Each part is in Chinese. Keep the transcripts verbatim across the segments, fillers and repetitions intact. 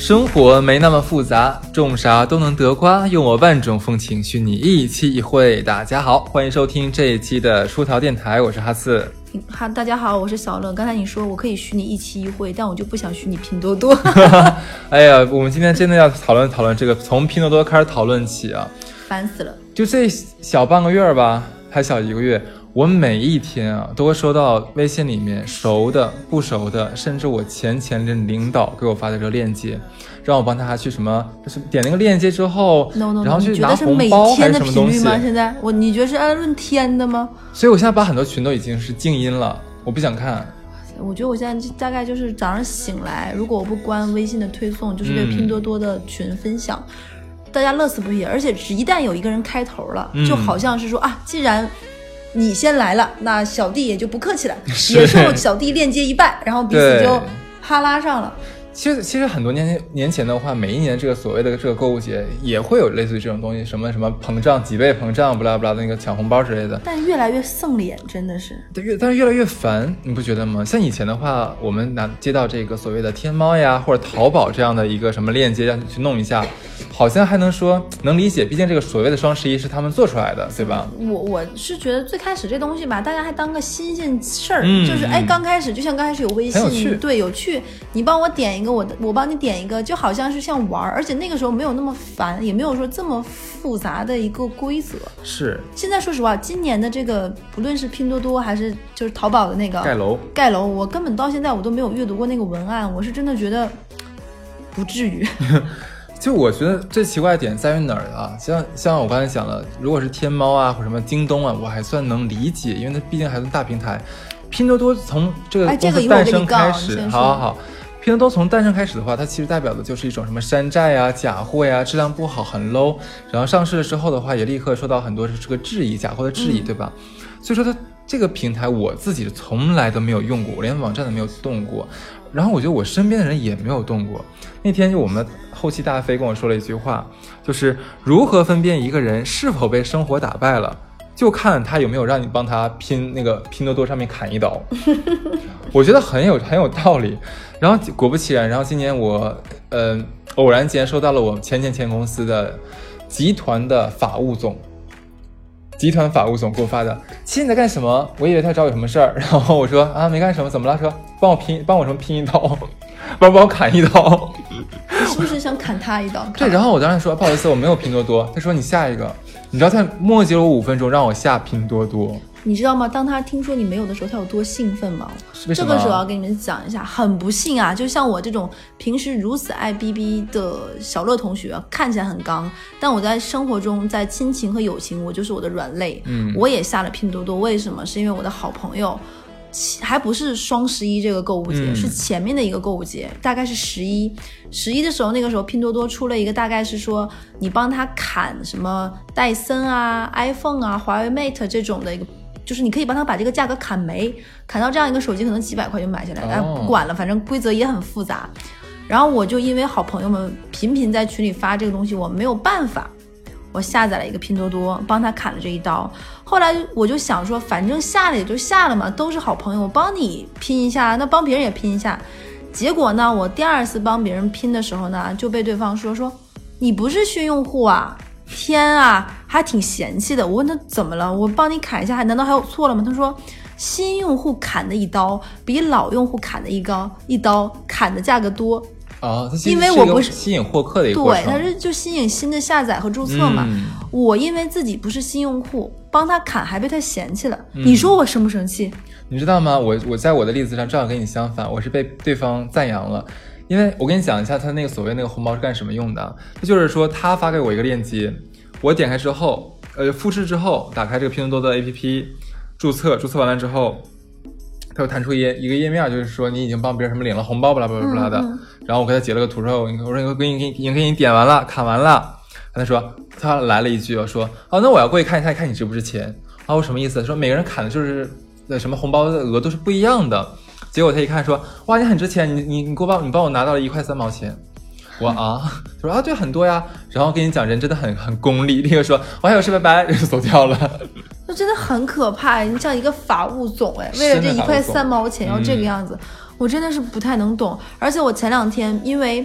生活没那么复杂，种啥都能得瓜，用我万种风情许你一期一会。大家好，欢迎收听这一期的出逃电台，我是哈刺。 哈，大家好，我是小乐。刚才你说我可以许你一期一会，但我就不想许你拼多多。 哎呀，我们今天真的要讨论讨论这个，从拼多多开始讨论起啊， 烦死了。 就这小半个月吧，还小一个月，我每一天啊都会收到微信里面熟的、不熟的，甚至我前前任领导给我发的这个链接，让我帮他去什么，就是点那个链接之后 no, no, no, 然后去拿红包还是什么东西吗？现在我你觉得是按论天的吗？ 所以我现在把很多群都已经是静音了，我不想看。 我觉得我现在大概就是早上醒来，如果我不关微信的推送，就是对拼多多的群分享、嗯、大家乐此不疲，而且一旦有一个人开头了、嗯、就好像是说啊，既然你先来了，那小弟也就不客气了，也受小弟链接一拜，然后彼此就哈拉上了。 其实，其实很多年年前的话，每一年这个所谓的这个购物节也会有类似于这种东西，什么什么膨胀几倍膨胀，不拉不拉的那个抢红包之类的。 但越来越送脸，真的是。 对，越但是越来越烦，你不觉得吗？像以前的话，我们拿接到这个所谓的天猫呀或者淘宝这样的一个什么链接，让你去弄一下，好像还能说能理解，毕竟这个所谓的双十一是他们做出来的，对吧？ 我我是觉得最开始这东西吧，大家还当个新鲜事儿、嗯，就是哎，刚开始就像刚开始有微信， 有趣对，有趣，你帮我点一个。我我帮你点一个，就好像是像玩，而且那个时候没有那么烦，也没有说这么复杂的一个规则。 是。 现在说实话，今年的这个不论是拼多多还是就是淘宝的那个盖楼， 盖楼，我根本到现在我都没有阅读过那个文案，我是真的觉得不至于。 就我觉得最奇怪的点在于哪儿啊？像像我刚才讲了，如果是天猫啊或者什么京东啊，我还算能理解，因为它毕竟还是大平台。拼多多从这个公司诞生开始，哎、好好好。拼多多从诞生开始的话，它其实代表的就是一种什么山寨啊、假货呀、质量不好、很 low。然后上市了之后的话，也立刻受到很多这个质疑、假货的质疑，嗯、对吧？所以说它这个平台我自己从来都没有用过，我连网站都没有动过。然后我觉得我身边的人也没有动过。那天就我们的后期大飞跟我说了一句话，就是如何分辨一个人是否被生活打败了，就看他有没有让你帮他拼那个拼多多上面砍一刀。我觉得很有很有道理。然后果不其然，然后今年我呃偶然间收到了我前前前公司的集团的法务总集团法务总给我发的，亲你在干什么？我以为他找我什么事儿，然后我说啊没干什么，怎么了？说帮我拼帮我什么拼一刀，帮帮我砍一刀。 你是不是想砍他一刀？ 对，然后我当时说不好意思，我没有拼多多。他说你下一个，你知道他磨叽了我五分钟让我下拼多多。 你知道吗？当他听说你没有的时候，他有多兴奋吗？这个时候要跟你们讲一下，很不幸啊，就像我这种平时如此爱逼逼的小乐同学，看起来很刚，但我在生活中，在亲情和友情，我就是我的软肋。嗯，我也下了拼多多，为什么？是因为我的好朋友，还不是双十一这个购物节、嗯，是前面的一个购物节，大概是十一。十一的时候，那个时候拼多多出了一个，大概是说你帮他砍什么戴森啊、iPhone 啊、华为 Mate 这种的一个。就是你可以帮他把这个价格砍没，砍到这样一个手机可能几百块就买下来了，但不管了，反正规则也很复杂。然后我就因为好朋友们频频在群里发这个东西，我没有办法，我下载了一个拼多多，帮他砍了这一刀。后来我就想说，反正下了也就下了嘛，都是好朋友，我帮你拼一下，那帮别人也拼一下。结果呢，我第二次帮别人拼的时候呢，就被对方说说你不是新用户啊。天啊，还挺嫌弃的。我问他怎么了，我帮你砍一下，难道还有错了吗？他说新用户砍的一刀比老用户砍的一刀一刀砍的价格多啊、哦， 因为我不是吸引获客的一个过程， 对，他是就吸引新的下载和注册嘛、嗯。我因为自己不是新用户，帮他砍还被他嫌弃了、嗯，你说我生不生气？ 你知道吗？我我在我的例子上正好跟你相反，我是被对方赞扬了。因为我跟你讲一下他那个所谓那个红包是干什么用的，他就是说他发给我一个链接，我点开之后呃，复制之后打开这个拼多多的 A P P 注册，注册完了之后他会弹出一一个页面，就是说你已经帮别人什么领了红包巴拉巴拉巴拉的、嗯、然后我给他截了个图之后，我说我给你已经给你点完了砍完了，他说他来了一句说哦那我要过去看一下看你值不值钱啊，我什么意思？说每个人砍的就是什么红包的额都是不一样的，结果他一看说哇你很值钱，你你你给我帮你帮我拿到了一块三毛钱，我啊他说啊对很多呀，然后跟你讲人真的很很功利，立刻说我还有事拜拜就走掉了。 那真的很可怕，你像一个法务总哎，为了这一块三毛钱要这个样子、嗯、我真的是不太能懂。而且我前两天因为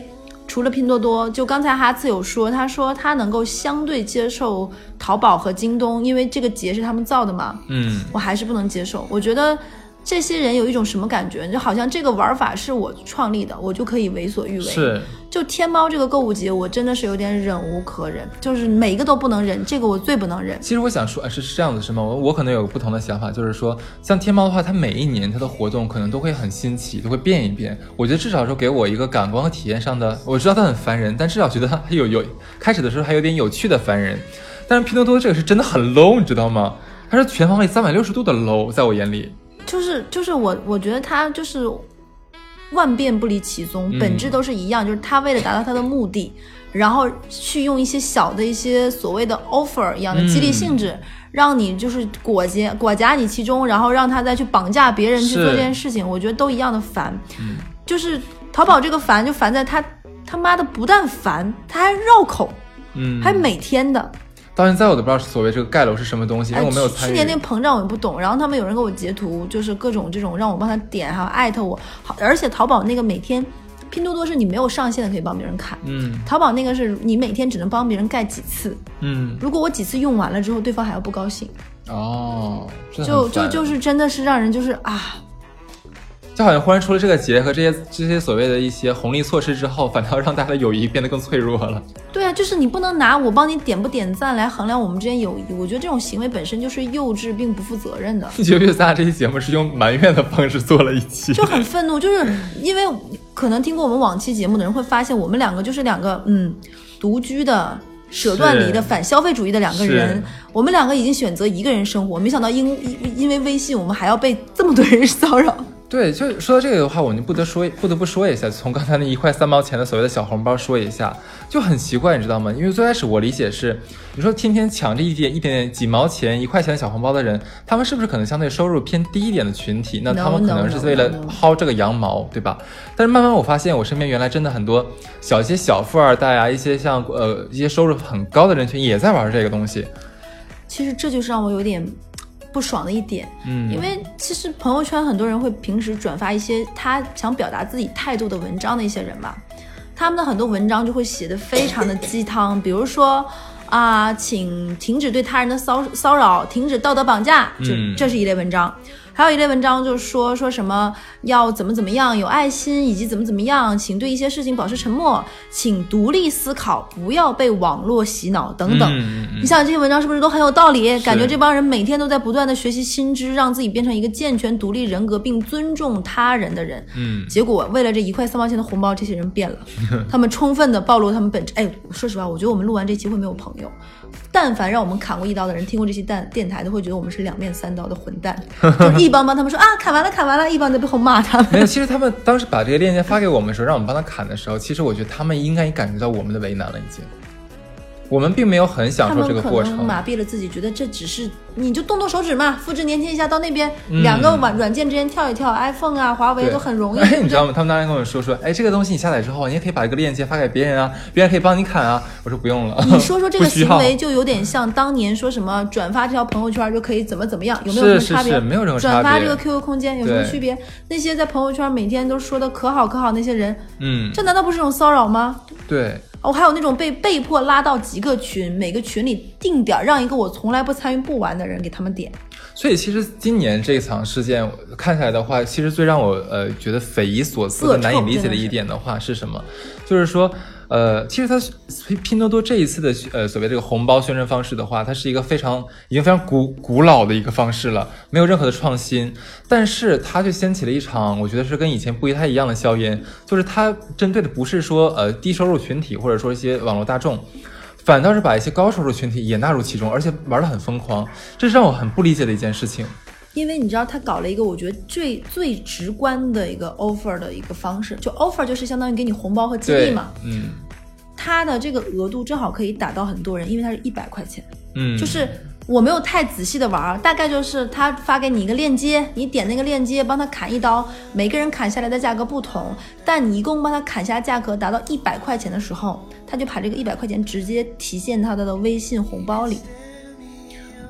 除了拼多多，就刚才哈次有说，他说他能够相对接受淘宝和京东，因为这个节是他们造的嘛。 嗯， 我还是不能接受。我觉得这些人有一种什么感觉，就好像这个玩法是我创立的，我就可以为所欲为。 是， 就天猫这个购物节，我真的是有点忍无可忍，就是每个都不能忍，这个我最不能忍。 其实我想说，是是这样子是吗？我我可能有个不同的想法，就是说，像天猫的话，它每一年它的活动可能都会很新奇，都会变一变。我觉得至少说给我一个感官和体验上的，我知道它很烦人，但至少觉得它有有开始的时候还有点有趣的烦人。但是拼多多这个是真的很 low， 你知道吗？它是全方位三百六十度的 low， 在我眼里。 就是就是我我觉得它就是万变不离其宗， 嗯、 本质都是一样，就是它为了达到它的目的，然后去用一些小的一些所谓的 offer 一样的激励性质，嗯、让你就是裹挟裹挟你其中，然后让他再去绑架别人去做这件事情，我觉得都一样的烦。 嗯、 就是淘宝这个烦就烦在它他妈的不但烦，它还绕口， 嗯， 还每天的。 到现在我都不知道所谓这个盖楼是什么东西，因为我没有参与。 去年那个膨胀我也不懂，然后他们有人给我截图，就是各种这种让我帮他点，还有艾特我。好，而且淘宝那个每天，拼多多是你没有上限的可以帮别人砍， 嗯， 淘宝那个是你每天只能帮别人盖几次， 嗯， 如果我几次用完了之后，对方还要不高兴， 哦， 就就就是真的是让人就是啊。 就好像忽然出了这个节和这些这些所谓的一些红利措施之后，反倒让大家的友谊变得更脆弱了。 对啊，就是你不能拿我帮你点不点赞来衡量我们之间友谊，我觉得这种行为本身就是幼稚并不负责任的。 你觉得咱俩这期节目是用埋怨的方式做了一期， 就很愤怒，就是因为可能听过我们往期节目的人会发现，我们两个就是两个嗯独居的。舍断离的反消费主义的两个人，我们两个已经选择一个人生活，没想到因因为微信我们还要被这么多人骚扰。 对，就说到这个的话，我就不得说不得不说一下，从刚才那一块三毛钱的所谓的小红包说一下，就很奇怪，你知道吗？因为最开始我理解是，你说天天抢着一点一点点几毛钱一块钱的小红包的人，他们是不是可能相对收入偏低一点的群体？那他们可能是为了薅这个羊毛，对吧？但是慢慢我发现，我身边原来真的很多小一些小富二代啊，一些像呃一些收入很高的人群也在玩这个东西。 其实这就是让我有点不爽的一点， 嗯， 因为其实朋友圈很多人会平时转发一些他想表达自己态度的文章的一些人嘛，他们的很多文章就会写得非常的鸡汤，比如说啊，请停止对他人的骚骚扰，停止道德绑架，这这是一类文章。还有一类文章就是说说什么要怎么怎么样有爱心，以及怎么怎么样，请对一些事情保持沉默，请独立思考，不要被网络洗脑等等。 嗯嗯、 你想这些文章是不是都很有道理？感觉这帮人每天都在不断的学习新知，让自己变成一个健全独立人格并尊重他人的人。 嗯， 结果为了这一块三毛钱的红包，这些人变了，他们充分的暴露他们本质。哎，说实话，我觉得我们录完这期会没有朋友。但凡让我们砍过一刀的人，听过这期电台都会觉得我们是两面三刀的混蛋。就一帮帮他们说啊，砍完了，砍完了，一帮在背后骂他们。 没有，其实他们当时把这个链接发给我们的时候，让我们帮他砍的时候，其实我觉得他们应该感觉到我们的为难了，已经。我们并没有很享受这个过程， 他们可能麻痹了自己，觉得这只是你就动动手指嘛，复制粘贴一下到那边，嗯、两个软软件之间跳一跳 ，iPhone 啊、华为都很容易。 哎，你知道吗？他们当时跟我说说，哎，这个东西你下载之后，你也可以把这个链接发给别人啊，别人可以帮你砍啊。我说不用了。 你说说这个行为就有点像当年说什么转发这条朋友圈就可以怎么怎么样，有没有什么差别？ 是是是，没有任何差别。 转发这个 Q Q 空间有什么区别？那些在朋友圈每天都说的可好可好那些人， 嗯， 这难道不是一种骚扰吗？ 对。 哦，还有那种被被迫拉到几个群，每个群里定点让一个我从来不参与不玩的人给他们点。 所以其实今年这场事件看下来的话，其实最让我呃觉得匪夷所思和难以理解的一点的话是什么？就是说呃，其实它拼多多这一次的呃所谓这个红包宣传方式的话，它是一个非常已经非常古古老的一个方式了，没有任何的创新，但是它却掀起了一场我觉得是跟以前不太一样的硝烟，就是它针对的不是说呃低收入群体或者说一些网络大众，反倒是把一些高收入群体也纳入其中，而且玩得很疯狂，这是让我很不理解的一件事情。 因为你知道他搞了一个我觉得最最直观的一个 offer 的一个方式，就 offer 就是相当于给你红包和激励嘛， 嗯， 他的这个额度正好可以打到很多人，因为它是一百块钱， 嗯， 就是我没有太仔细的玩，大概就是他发给你一个链接，你点那个链接帮他砍一刀，每个人砍下来的价格不同，但你一共帮他砍下价格达到一百块钱的时候，他就把这个一百块钱直接体现他的微信红包里。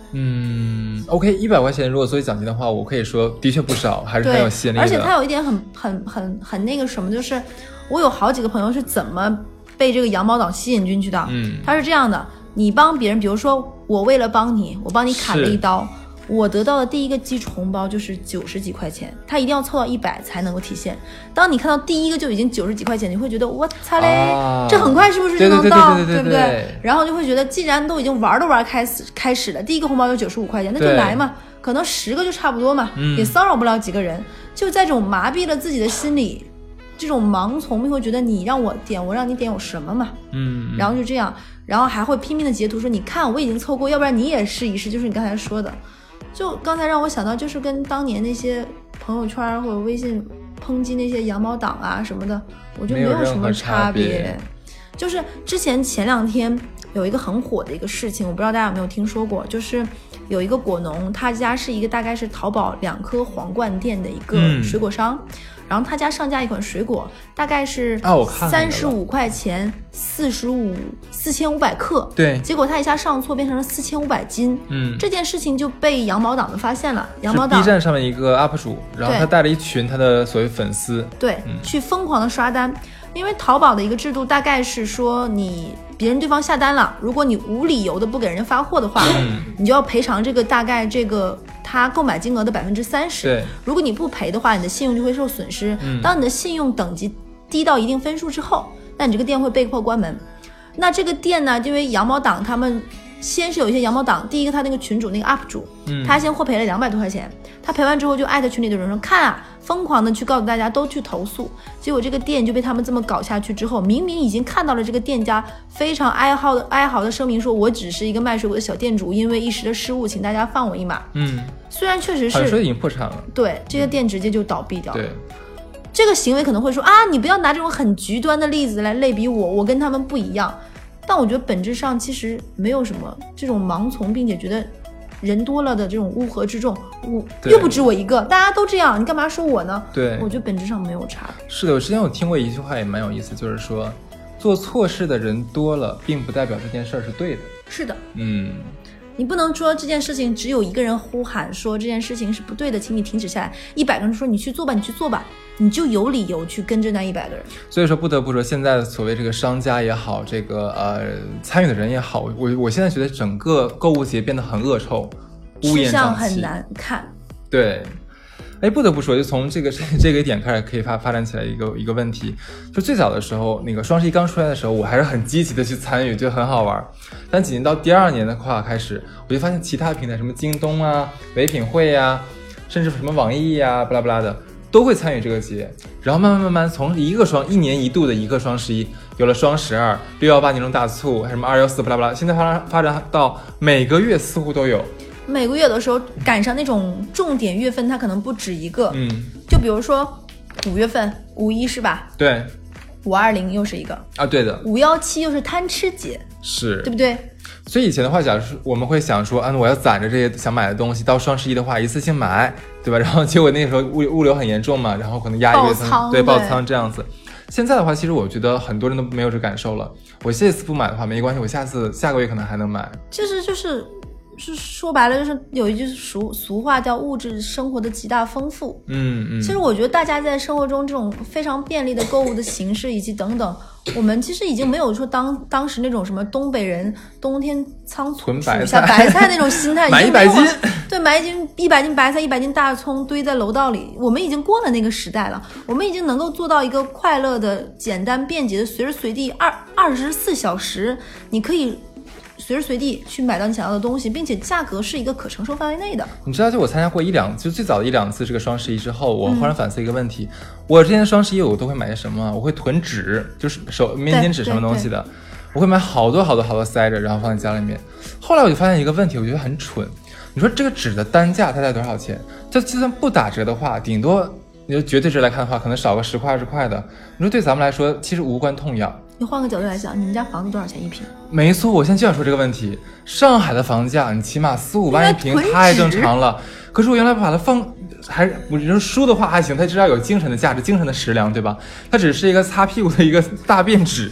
嗯 ，OK， 一百块钱如果作为奖金的话，我可以说的确不少，还是很有吸引力的。 而且它有一点很很很很那个什么，就是我有好几个朋友是怎么被这个羊毛党吸引进去的。 嗯， 他是这样的，你帮别人，比如说我为了帮你，我帮你砍了一刀，我得到的第一个基础红包就是九十几块钱，他一定要凑到一百才能够体现。当你看到第一个就已经九十几块钱，你会觉得我擦嘞、啊，这很快是不是就能到， 对对对对对对对对不对？然后就会觉得，既然都已经玩都玩开始开始了，第一个红包就九十五块钱，那就来嘛，可能十个就差不多嘛， 嗯、 也骚扰不了几个人。就在这种麻痹了自己的心理，这种盲从，你会觉得你让我点，我让你点有什么嘛？ 嗯， 然后就这样，然后还会拼命的截图说，你看我已经凑够，要不然你也试一试，就是你刚才说的。就刚才让我想到，就是跟当年那些朋友圈或者微信抨击那些羊毛党啊什么的，我觉得没有什么差别。 别就是之前前两天有一个很火的一个事情，我不知道大家有没有听说过，就是有一个果农，他家是一个大概是淘宝两颗皇冠店的一个水果商。嗯，然后他家上架一款水果，大概是三十五块钱，四十五四千五百克。 对， 结果他一下上错，变成了四千五百斤。 嗯， 这件事情就被羊毛党的发现了。羊毛党 B 站上面一个 U P 主，然后他带了一群他的所谓粉丝， 对，嗯、去疯狂的刷单。因为淘宝的一个制度大概是说，你别人对方下单了，如果你无理由的不给人家发货的话， 嗯、 你就要赔偿这个大概这个他购买金额的百分之三十。 对， 如果你不赔的话，你的信用就会受损失。嗯、当你的信用等级低到一定分数之后，那你这个店会被迫关门。那这个店呢，因为羊毛党他们先是有一些羊毛党，第一个他那个群主那个 U P 主，嗯、他先获赔了两百多块钱，他赔完之后就艾特群里的人说，看啊，疯狂的去告诉大家都去投诉，结果这个店就被他们这么搞下去之后，明明已经看到了这个店家非常哀嚎的哀嚎的声明说，我只是一个卖水果的小店主，因为一时的失误，请大家放我一马。 嗯， 虽然确实是说已经破产了， 对，这个店直接就倒闭掉了。 嗯、对， 这个行为可能会说啊，你不要拿这种很极端的例子来类比我，我跟他们不一样。但我觉得本质上其实没有什么这种盲从，并且觉得人多了的这种乌合之众，我又不止我一个，大家都这样，你干嘛说我呢？ 对， 我觉得本质上没有差别。 是的，我之前有听过一句话也蛮有意思，就是说做错事的人多了，并不代表这件事儿是对的。 是的， 嗯， 你不能说这件事情只有一个人呼喊说这件事情是不对的，请你停止下来，一百个人说你去做吧，你去做吧，你就有理由去跟着那一百个人。 所以说不得不说，现在所谓这个商家也好，这个呃参与的人也好，我我现在觉得整个购物节变得很恶臭，乌烟瘴气， 吃相很难看。 对，哎，不得不说，就从这个这个点开始，可以发发展起来一个一个问题。就最早的时候，那个双十一刚出来的时候，我还是很积极的去参与，就很好玩。但紧接到第二年的话开始，我就发现其他平台，什么京东啊、唯品会啊，甚至什么网易啊，巴拉巴拉的，都会参与这个节。然后慢慢慢慢，从一个双一年一度的一个双十一，有了双十二、六幺八年终大促，还什么二幺四，巴拉巴拉，现在发发展到每个月似乎都有。 每个月有的时候赶上那种重点月份，它可能不止一个。 嗯， 就比如说五月份五一是吧？ 对。 五二零又是一个啊，对的。 五幺七又是贪吃节， 是，对不对？ 所以以前的话，假如我们会想说，嗯，我要攒着这些想买的东西，到双十一的话一次性买，对吧？然后结果那个时候物物流很严重嘛，然后可能压一个仓， 对，爆仓这样子。现在的话，其实我觉得很多人都没有这感受了。我这次不买的话没关系，我下次下个月可能还能买。 其实就是。是说白了，就是有一句俗俗话叫物质生活的极大丰富。 嗯嗯。 其实我觉得大家在生活中这种非常便利的购物的形式以及等等，我们其实已经没有说当当时那种什么东北人冬天仓促囤白菜白菜那种心态， 买一百斤， 对，买一斤一百斤白菜，一百斤大葱堆在楼道里，我们已经过了那个时代了。我们已经能够做到一个快乐的、简单便捷的，随时随地二二十四小时，你可以。随时随地去买到你想要的东西，并且价格是一个可承受范围内的。 你知道，就我参加过一两，就最早的一两次这个双十一之后，我忽然反思一个问题：嗯、我之前的双十一我都会买些什么？我会囤纸，就是手面巾纸什么东西的，我会买好多好多好多塞着，然后放在家里面。后来我就发现一个问题，我觉得很蠢。你说这个纸的单价它在多少钱？就就算不打折的话，顶多你就绝对值来看的话，可能少个十块二十块的。你说对咱们来说，其实无关痛痒。 你换个角度来讲，你们家房子多少钱一平？ 没错，我现在就想说这个问题。上海的房价，你起码四五万一平，太正常了。可是我原来把它放，还是我觉得书的话还行，它至少有精神的价值、精神的食粮，对吧？它只是一个擦屁股的一个大便纸，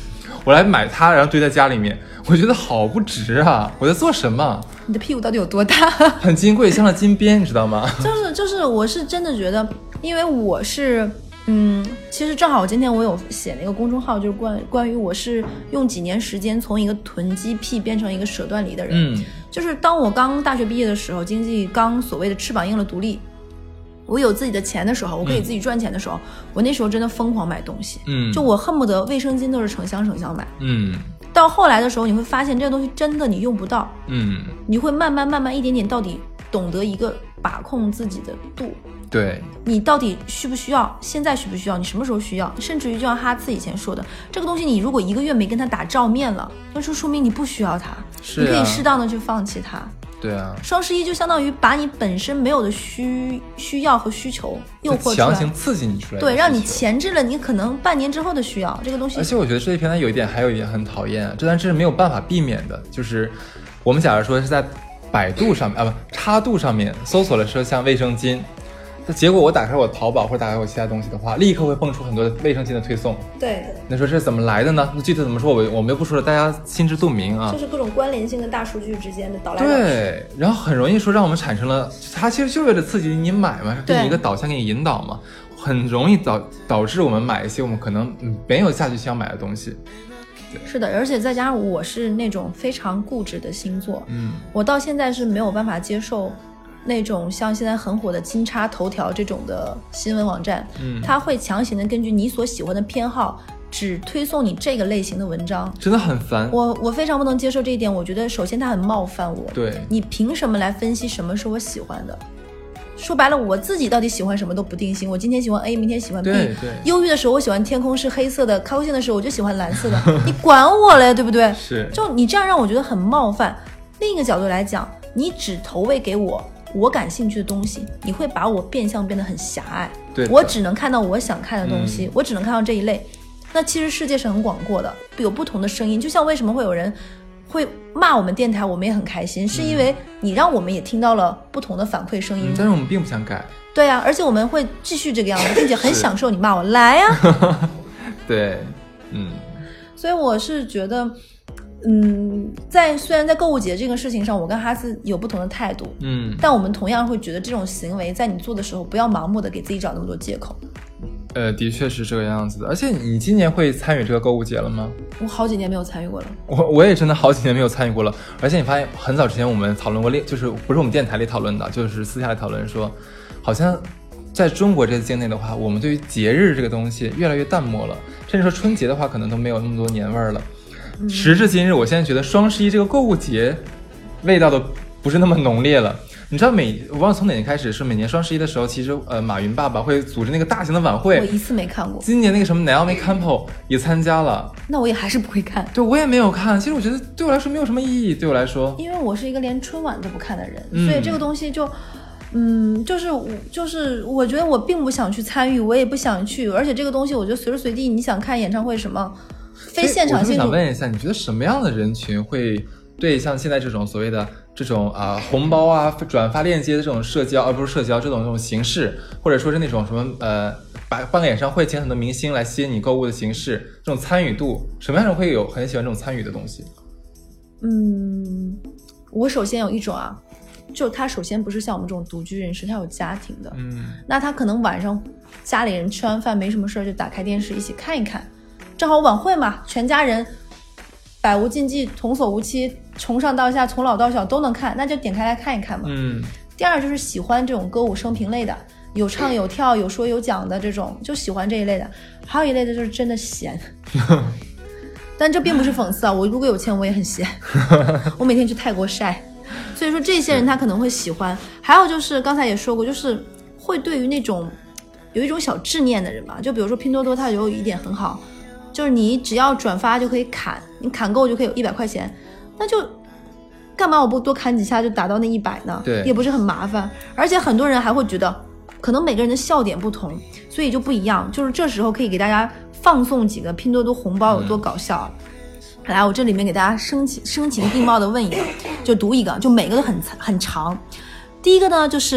我来买它，然后堆在家里面，我觉得好不值啊！我在做什么？ 你的屁股到底有多大？ 很金贵，镶了金边，你知道吗？ 就是就是，我是真的觉得，因为我是。嗯，其实正好我今天我有写了一个公众号，就是关关于我是用几年时间从一个囤积癖变成一个舍断离的人。 嗯， 就是当我刚大学毕业的时候，经济刚所谓的翅膀硬了独立，我有自己的钱的时候，我可以自己赚钱的时候，嗯、我那时候真的疯狂买东西。 嗯， 就我恨不得卫生巾都是成箱成箱买。 嗯， 到后来的时候，你会发现这个东西真的你用不到。 嗯， 你会慢慢慢慢一点点到底懂得一个把控自己的度。 对， 你到底需不需要，现在需不需要，你什么时候需要，甚至于就像哈次以前说的，这个东西你如果一个月没跟他打照面了，那就说明你不需要它。 是啊， 你可以适当的去放弃它。 对啊， 双十一就相当于把你本身没有的需需要和需求诱惑出来， 强行刺激你出来， 对，让你前置了你可能半年之后的需要这个东西。 而且我觉得这一平台有一点还有一点很讨厌，这但这是没有办法避免的，就是我们假如说是在百度上面啊不插度上面搜索了说像卫生巾，结果我打开我淘宝或者打开我其他东西的话，立刻会蹦出很多卫生巾的推送。 对， 那说这是怎么来的呢？那具体怎么说我我们又不说了，大家心知肚明啊。 就是各种关联性跟大数据之间的导来导去。 对，然后很容易说让我们产生了，它其实就是为了刺激你买嘛，给你一个导向，给你引导嘛，很容易导导致我们买一些我们可能没有下去想买的东西。 是的，而且再加上我是那种非常固执的星座， 嗯， 我到现在是没有办法接受那种像现在很火的金叉头条这种的新闻网站， 嗯， 它会强行的根据你所喜欢的偏好只推送你这个类型的文章， 真的很烦。 我我非常不能接受这一点，我觉得首先它很冒犯我。 对， 你凭什么来分析什么是我喜欢的？说白了，我自己到底喜欢什么都不定心。我今天喜欢 A， 明天喜欢 B。 对对。 忧郁的时候我喜欢天空是黑色的，高兴的时候我就喜欢蓝色的。你管我嘞，对不对？ 是。 就你这样让我觉得很冒犯。另一个角度来讲，你只投喂给我我感兴趣的东西，你会把我变相变得很狭隘。 对。 我只能看到我想看的东西， 嗯、 我只能看到这一类。那其实世界是很广阔的，有不同的声音。就像为什么会有人会骂我们电台，我们也很开心，是因为你让我们也听到了不同的反馈声音、 嗯、但是我们并不想改。 对啊，而且我们会继续这个样子，并且很享受你骂我来啊。 对，嗯， 所以我是觉得嗯，在虽然在购物节这个事情上我跟哈斯有不同的态度， 嗯， 但我们同样会觉得这种行为在你做的时候不要盲目的给自己找那么多借口。 呃，的确是这个样子的。而且你今年会参与这个购物节了吗？ 我好几年没有参与过了。 我我也真的好几年没有参与过了。而且你发现很早之前我们讨论过，就是不是我们电台里讨论的，就是私下里讨论说，好像在中国这个境内的话，我们对于节日这个东西越来越淡漠了，甚至说春节的话可能都没有那么多年味儿了。嗯、时至今日，我现在觉得双十一这个购物节味道都不是那么浓烈了。你知道每我忘了从哪年开始，是每年双十一的时候，其实呃马云爸爸会组织那个大型的晚会。 我一次没看过。 今年那个什么 Naomi Campbell 也参加了。 那我也还是不会看。 对，我也没有看。其实我觉得对我来说没有什么意义，对我来说。 因为我是一个连春晚都不看的人， 嗯、 所以这个东西就，嗯，就是就是我觉得我并不想去参与，我也不想去，而且这个东西我觉得随时随地你想看演唱会什么，非现场性。 我想问一下，你觉得什么样的人群会对像现在这种所谓的这种啊、呃、红包啊转发链接的这种社交，而不是社交这种这种形式，或者说是那种什么呃办办个演唱会请很多明星来吸引你购物的形式，这种参与度，什么样的人会有很喜欢这种参与的东西？ 嗯，我首先有一种啊，就他首先不是像我们这种独居人士，他有家庭的， 嗯， 那他可能晚上家里人吃完饭没什么事就打开电视一起看一看，正好晚会嘛，全家人百无禁忌，童叟无欺，从上到下，从老到小都能看，那就点开来看一看嘛。 嗯。 第二就是喜欢这种歌舞升平类的，有唱有跳有说有讲的这种，就喜欢这一类的。还有一类的就是真的闲，但这并不是讽刺啊，我如果有钱我也很闲，我每天去泰国晒。所以说这些人他可能会喜欢。还有就是刚才也说过，就是会对于那种有一种小执念的人吧，就比如说拼多多它有一点很好，就是你只要转发就可以砍，你砍够就可以有一百块钱，那就干嘛我不多砍几下就达到那一百呢？ 对， 也不是很麻烦。而且很多人还会觉得，可能每个人的笑点不同，所以就不一样。就是这时候可以给大家放送几个拼多多红包有多搞笑。嗯、来，我这里面给大家声情声情并茂的问一个，就读一个，就每个都很很长。第一个呢，就是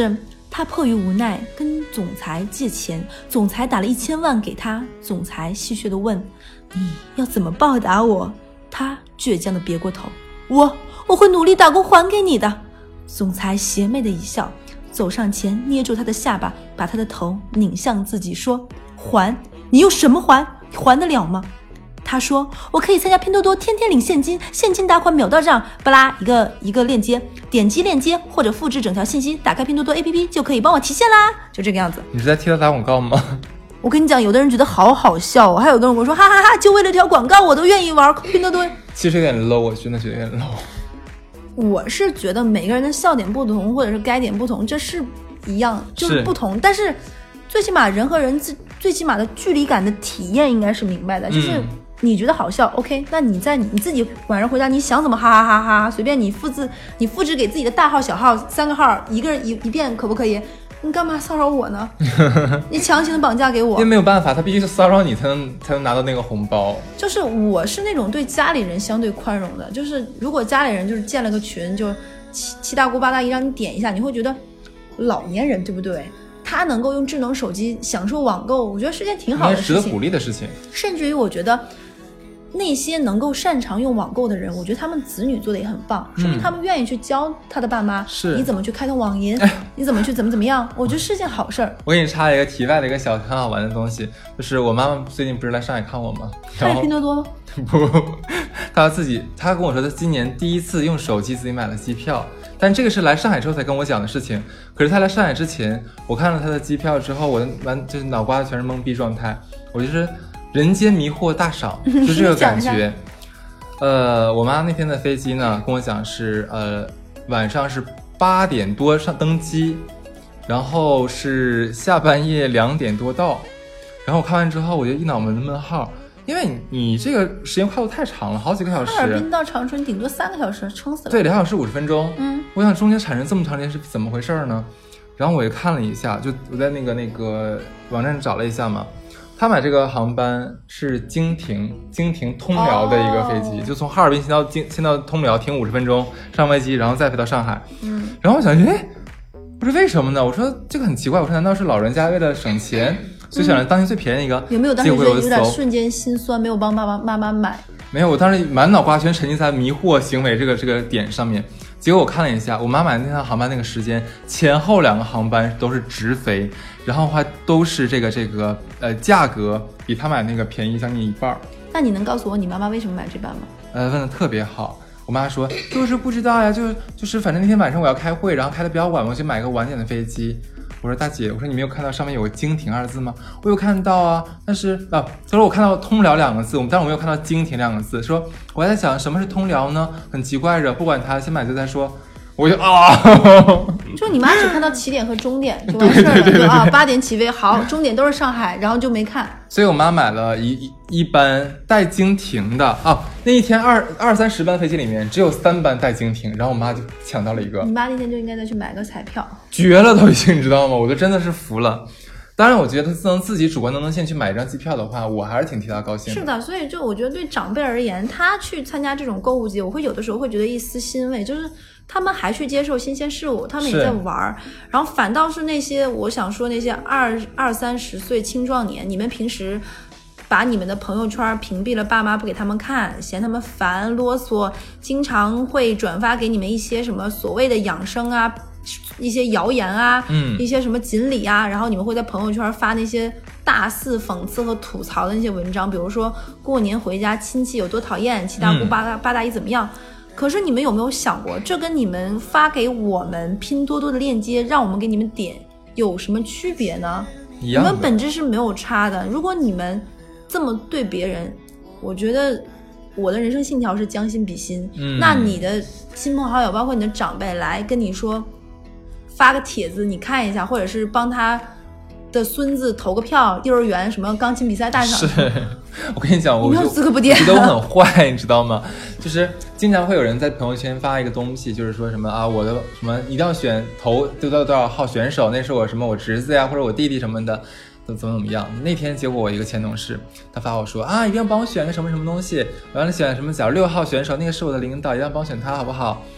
他迫于无奈跟总裁借钱，总裁打了一千万给他，总裁戏谑地问：你要怎么报答我？他倔强地别过头：我我会努力打工还给你的。总裁邪魅地一笑，走上前捏住他的下巴，把他的头拧向自己说：还？你用什么还？还得了吗？他说：我可以参加拼多多，天天领现金，现金打款秒到账，巴拉一个一个链接，点击链接或者复制整条信息，打开拼多多 A P P 就可以帮我提现啦，就这个样子。 你是在替他打广告吗？ 我跟你讲，有的人觉得好好笑、哦，还有的人跟我说哈哈哈，就为了条广告我都愿意玩拼多多。 其实有点 low， 我真的觉得有点 low。 我是觉得每个人的笑点不同，或者是该点不同，这是一样，就是不同，是但是最起码人和人最最起码的距离感的体验应该是明白的，就是。嗯你觉得好笑 ，OK？ 那你在你自己晚上回家，你想怎么哈哈哈哈，随便你复制，你复制给自己的大号、小号三个号，一个人一一遍可不可以？你干嘛骚扰我呢？你强行的绑架给我， 因为没有办法，他必须是骚扰你才能才能拿到那个红包。 就是我是那种对家里人相对宽容的，就是如果家里人就是建了个群，就七七大姑八大姨让你点一下，你会觉得老年人对不对？他能够用智能手机享受网购，我觉得是件挺好的事情， 值得鼓励的事情。 甚至于我觉得。那些能够擅长用网购的人，我觉得他们子女做的也很棒，说明他们愿意去教他的爸妈， 是、 嗯、你怎么去开通网银、哎、你怎么去怎么怎么样，我觉得是件好事儿。 我给你插一个题外的一个小很好玩的东西，就是我妈妈最近不是来上海看我吗？ 看拼多多不，她自己她跟我说她今年第一次用手机自己买了机票，但这个是来上海之后才跟我讲的事情。可是她来上海之前，我看了她的机票之后，我的完就是脑瓜子全是懵逼状态，我就是人间迷惑大赏，就这个感觉。呃，我妈那天的飞机呢，跟我讲是呃晚上是八点多上登机，然后是下半夜两点多到。然后我看完之后，我就一脑门子闷号，因为你你这个时间跨度太长了，好几个小时。 哈尔滨到长春顶多三个小时，撑死了。 对，两小时五十分钟。 嗯， 我想中间产生这么长时间是怎么回事呢？然后我也看了一下，就我在那个那个网站上找了一下嘛。他买这个航班是经停，经停通辽的一个飞机， oh. 就从哈尔滨先到经先到通辽停五十分钟上飞机，然后再飞到上海。 嗯， 然后我想，哎，不是为什么呢？我说这个很奇怪，我说难道是老人家为了省钱，所以选了当天最便宜一个？ 有没有当时觉得有点瞬间心酸，没有帮妈妈妈妈买？ 没有，我当时满脑瓜全沉浸在迷惑行为这个这个点上面。结果我看了一下，我妈买的那趟航班那个时间，前后两个航班都是直飞，然后还都是这个这个呃价格比她买那个便宜将近一半。 那你能告诉我你妈妈为什么买这班吗？ 呃，问的特别好。我妈说就是不知道呀，就就是反正那天晚上我要开会，然后开的比较晚，我就买个晚点的飞机。我说大姐，我说你没有看到上面有个经停二字吗？我有看到啊，但是啊，她说我看到通辽两个字，但是我没有看到经停两个字。说我还在想什么是通辽呢？很奇怪着，不管它，先买就再说。我就啊， 就你妈只看到起点和终点就完事儿了，就啊八点起飞，好，终点都是上海，然后就没看。 所以我妈买了一一一班带经停的啊，那一天二二三十班飞机里面只有三班带经停，然后我妈就抢到了一个。 你妈那天就应该再去买个彩票， 绝了都已经，你知道吗？我就真的是服了。当然，我觉得她能自己主观能动性去买一张机票的话，我还是挺替她高兴的。 是的，所以就我觉得对长辈而言，他去参加这种购物节，我会有的时候会觉得一丝欣慰，就是他们还去接受新鲜事物，他们也在玩，然后反倒是那些我想说那些二二三十岁青壮年，你们平时把你们的朋友圈屏蔽了，爸妈不给他们看，嫌他们烦啰嗦，经常会转发给你们一些什么所谓的养生啊。一些谣言啊， 嗯， 一些什么锦鲤啊，然后你们会在朋友圈发那些大肆讽刺和吐槽的那些文章，比如说过年回家亲戚有多讨厌，七大姑八大、嗯、八大姨怎么样。可是你们有没有想过，这跟你们发给我们拼多多的链接让我们给你们点有什么区别呢？ 一样的， 你们本质是没有差的。如果你们这么对别人，我觉得我的人生信条是将心比心、嗯、那你的亲朋好友包括你的长辈来跟你说发个帖子你看一下，或者是帮他的孙子投个票，幼儿园什么钢琴比赛大赏。 是，我跟你讲，我没有资格不点， 我觉得我很坏，你知道吗？就是经常会有人在朋友圈发一个东西，就是说什么啊，我的什么一定要选投多多多少号选手，那是我什么我侄子呀，或者我弟弟什么的，怎么怎么怎么样。那天结果我一个前同事，他发我说啊，一定要帮我选个什么什么东西，我让他选什么，假如六号选手，那个是我的领导，一定要帮我选他，好不好？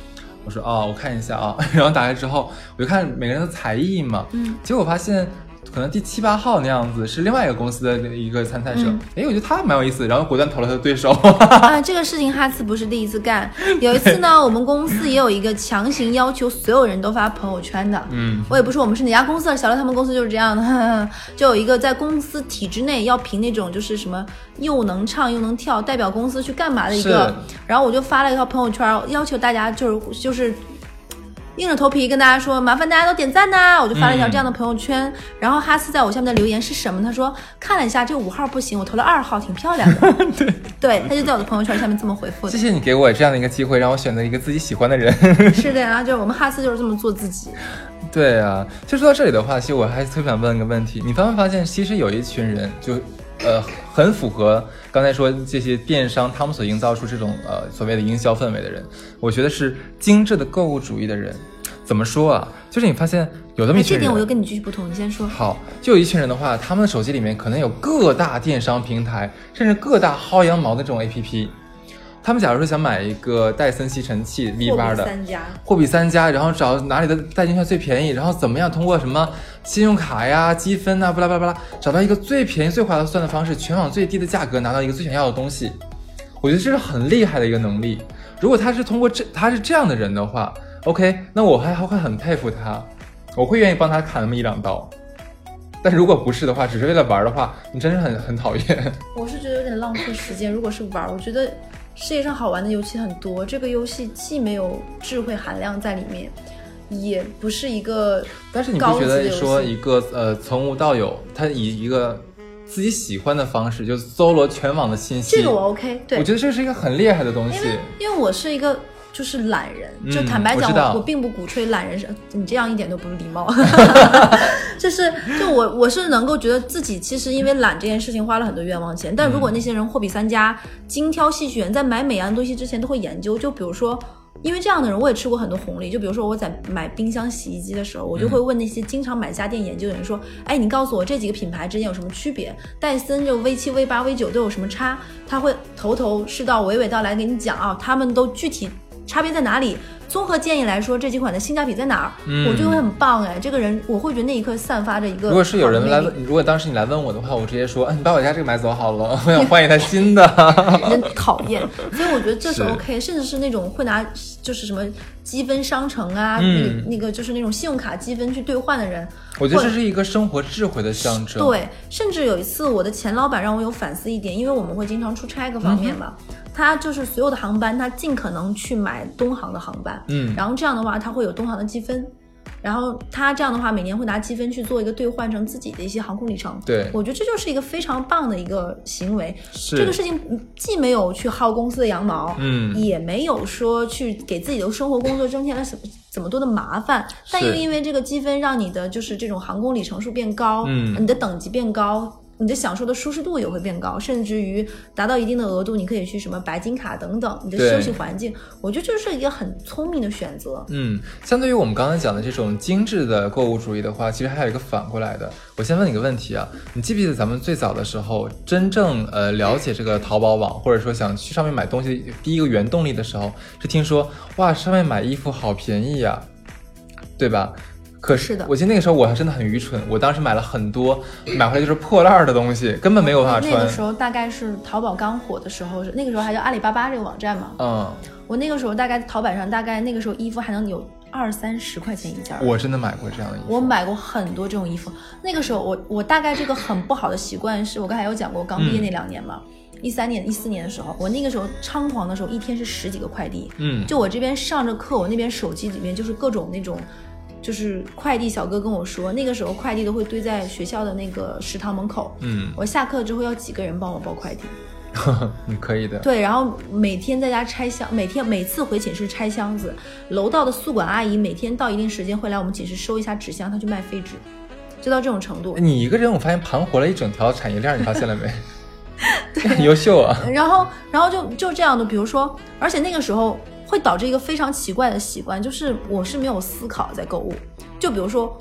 我说哦，我看一下啊，然后打开之后我就看每个人的才艺嘛， 嗯， 结果我发现可能第七八号那样子是另外一个公司的一个参赛者，哎、嗯，我觉得他蛮有意思，然后果断投了他的对手。 啊，这个事情哈次不是第一次干，有一次呢，我们公司也有一个强行要求所有人都发朋友圈的，嗯，我也不说我们是哪家公司，小乐他们公司就是这样的，呵呵，就有一个在公司体制内要凭那种就是什么又能唱又能跳，代表公司去干嘛的一个，然后我就发了一条朋友圈，要求大家就是就是。硬着头皮跟大家说麻烦大家都点赞呐、啊，我就发了一条这样的朋友圈、嗯、然后哈斯在我下面的留言是什么，他说看了一下这个五号不行，我投了二号挺漂亮的。对对，他就在我的朋友圈下面这么回复的。 谢谢你给我这样的一个机会，让我选择一个自己喜欢的人。 是的呀，就是我们哈斯就是这么做自己。 对啊，就说到这里的话，其实我还特别想问一个问题，你发没发现其实有一群人就呃很符合刚才说这些电商他们所营造出这种呃所谓的营销氛围的人，我觉得是精致的购物主义的人。怎么说啊，就是你发现有这么一群人、哎、 这点我又跟你继续不同，你先说。 好，就有一群人的话，他们的手机里面可能有各大电商平台甚至各大薅羊毛的这种 A P P， 他们假如说想买一个戴森吸尘器 V 八的，货比三家货比三家，然后找哪里的代金券最便宜，然后怎么样通过什么信用卡呀积分啊巴拉巴拉巴拉找到一个最便宜最划算的方式，全网最低的价格拿到一个最想要的东西。我觉得这是很厉害的一个能力。如果他是通过这他是这样的人的话，OK， 那我还会很佩服他，我会愿意帮他砍那么一两刀。但如果不是的话，只是为了玩的话，你真是很很讨厌。 我是觉得有点浪费时间。如果是玩，我觉得世界上好玩的游戏很多，这个游戏既没有智慧含量在里面，也不是一个但是你不觉得说一个呃从无到有，他以一个自己喜欢的方式就搜罗全网的信息， 这个我 OK， 对， 我觉得这是一个很厉害的东西。 因为因为我是一个。就是懒人，就坦白讲、嗯、我, 我并不鼓吹懒人，你这样一点都不礼貌。就是就我我是能够觉得自己其实因为懒这件事情花了很多冤枉钱，但如果那些人货比三家精挑细选，在买每样东西之前都会研究，就比如说因为这样的人我也吃过很多红利，就比如说我在买冰箱洗衣机的时候，我就会问那些经常买家电研究的人说、嗯、哎，你告诉我这几个品牌之间有什么区别，戴森就 V 七 V 八 V 九 都有什么差，他会头头是道娓娓道来给你讲啊，他们都具体差别在哪里，综合建议来说这几款的性价比在哪儿、嗯、我就会很棒。哎，这个人我会觉得那一刻散发着一个， 如果是有人来问，如果当时你来问我的话，我直接说、哎、你把我家这个买走好了，我想换一台新的。 人讨厌。所以我觉得这是 OK， 甚至是那种会拿就是什么积分商城啊、嗯、那个就是那种信用卡积分去兑换的人， 我觉得这是一个生活智慧的象征。 对，甚至有一次我的前老板让我有反思一点，因为我们会经常出差各方面嘛、嗯，他就是所有的航班他尽可能去买东航的航班，嗯，然后这样的话他会有东航的积分，然后他这样的话每年会拿积分去做一个兑换成自己的一些航空里程。 对， 我觉得这就是一个非常棒的一个行为。这个事情既没有去薅公司的羊毛，嗯，也没有说去给自己的生活工作增添了什么怎么多的麻烦，但又因为这个积分让你的就是这种航空里程数变高，嗯，你的等级变高，你的享受的舒适度也会变高，甚至于达到一定的额度，你可以去什么白金卡等等，你的休息环境，我觉得这是一个很聪明的选择。 嗯，相对于我们刚才讲的这种精致的购物主义的话，其实还有一个反过来的。我先问你个问题啊，你记不记得咱们最早的时候，真正呃了解这个淘宝网，或者说想去上面买东西，第一个原动力的时候，是听说哇，上面买衣服好便宜呀、啊，对吧？可是的，我记得那个时候我还真的很愚蠢，我当时买了很多，买回来就是破烂的东西，根本没有办法穿。 那个时候大概是淘宝刚火的时候，那个时候还叫阿里巴巴这个网站嘛。嗯，我那个时候大概淘宝上大概那个时候衣服还能有二三十块钱一件。 我真的买过这样的衣服， 我买过很多这种衣服。那个时候我我大概这个很不好的习惯是我刚才有讲过，刚毕业那两年嘛。嗯，一三年、一四年的时候，我那个时候猖狂的时候，一天是十几个快递。嗯，就我这边上着课，我那边手机里面就是各种那种，就是快递小哥跟我说，那个时候快递都会堆在学校的那个食堂门口。嗯，我下课之后要几个人帮我包快递。 你可以的。 对，然后每天在家拆箱，每天每次回寝室拆箱子，楼道的宿管阿姨每天到一定时间会来我们寝室收一下纸箱，她去卖废纸，就到这种程度。 你一个人，我发现盘活了一整条产业链，你发现了没？对，优秀啊。 然后然后就就这样的，比如说，而且那个时候会导致一个非常奇怪的习惯，就是我是没有思考在购物。就比如说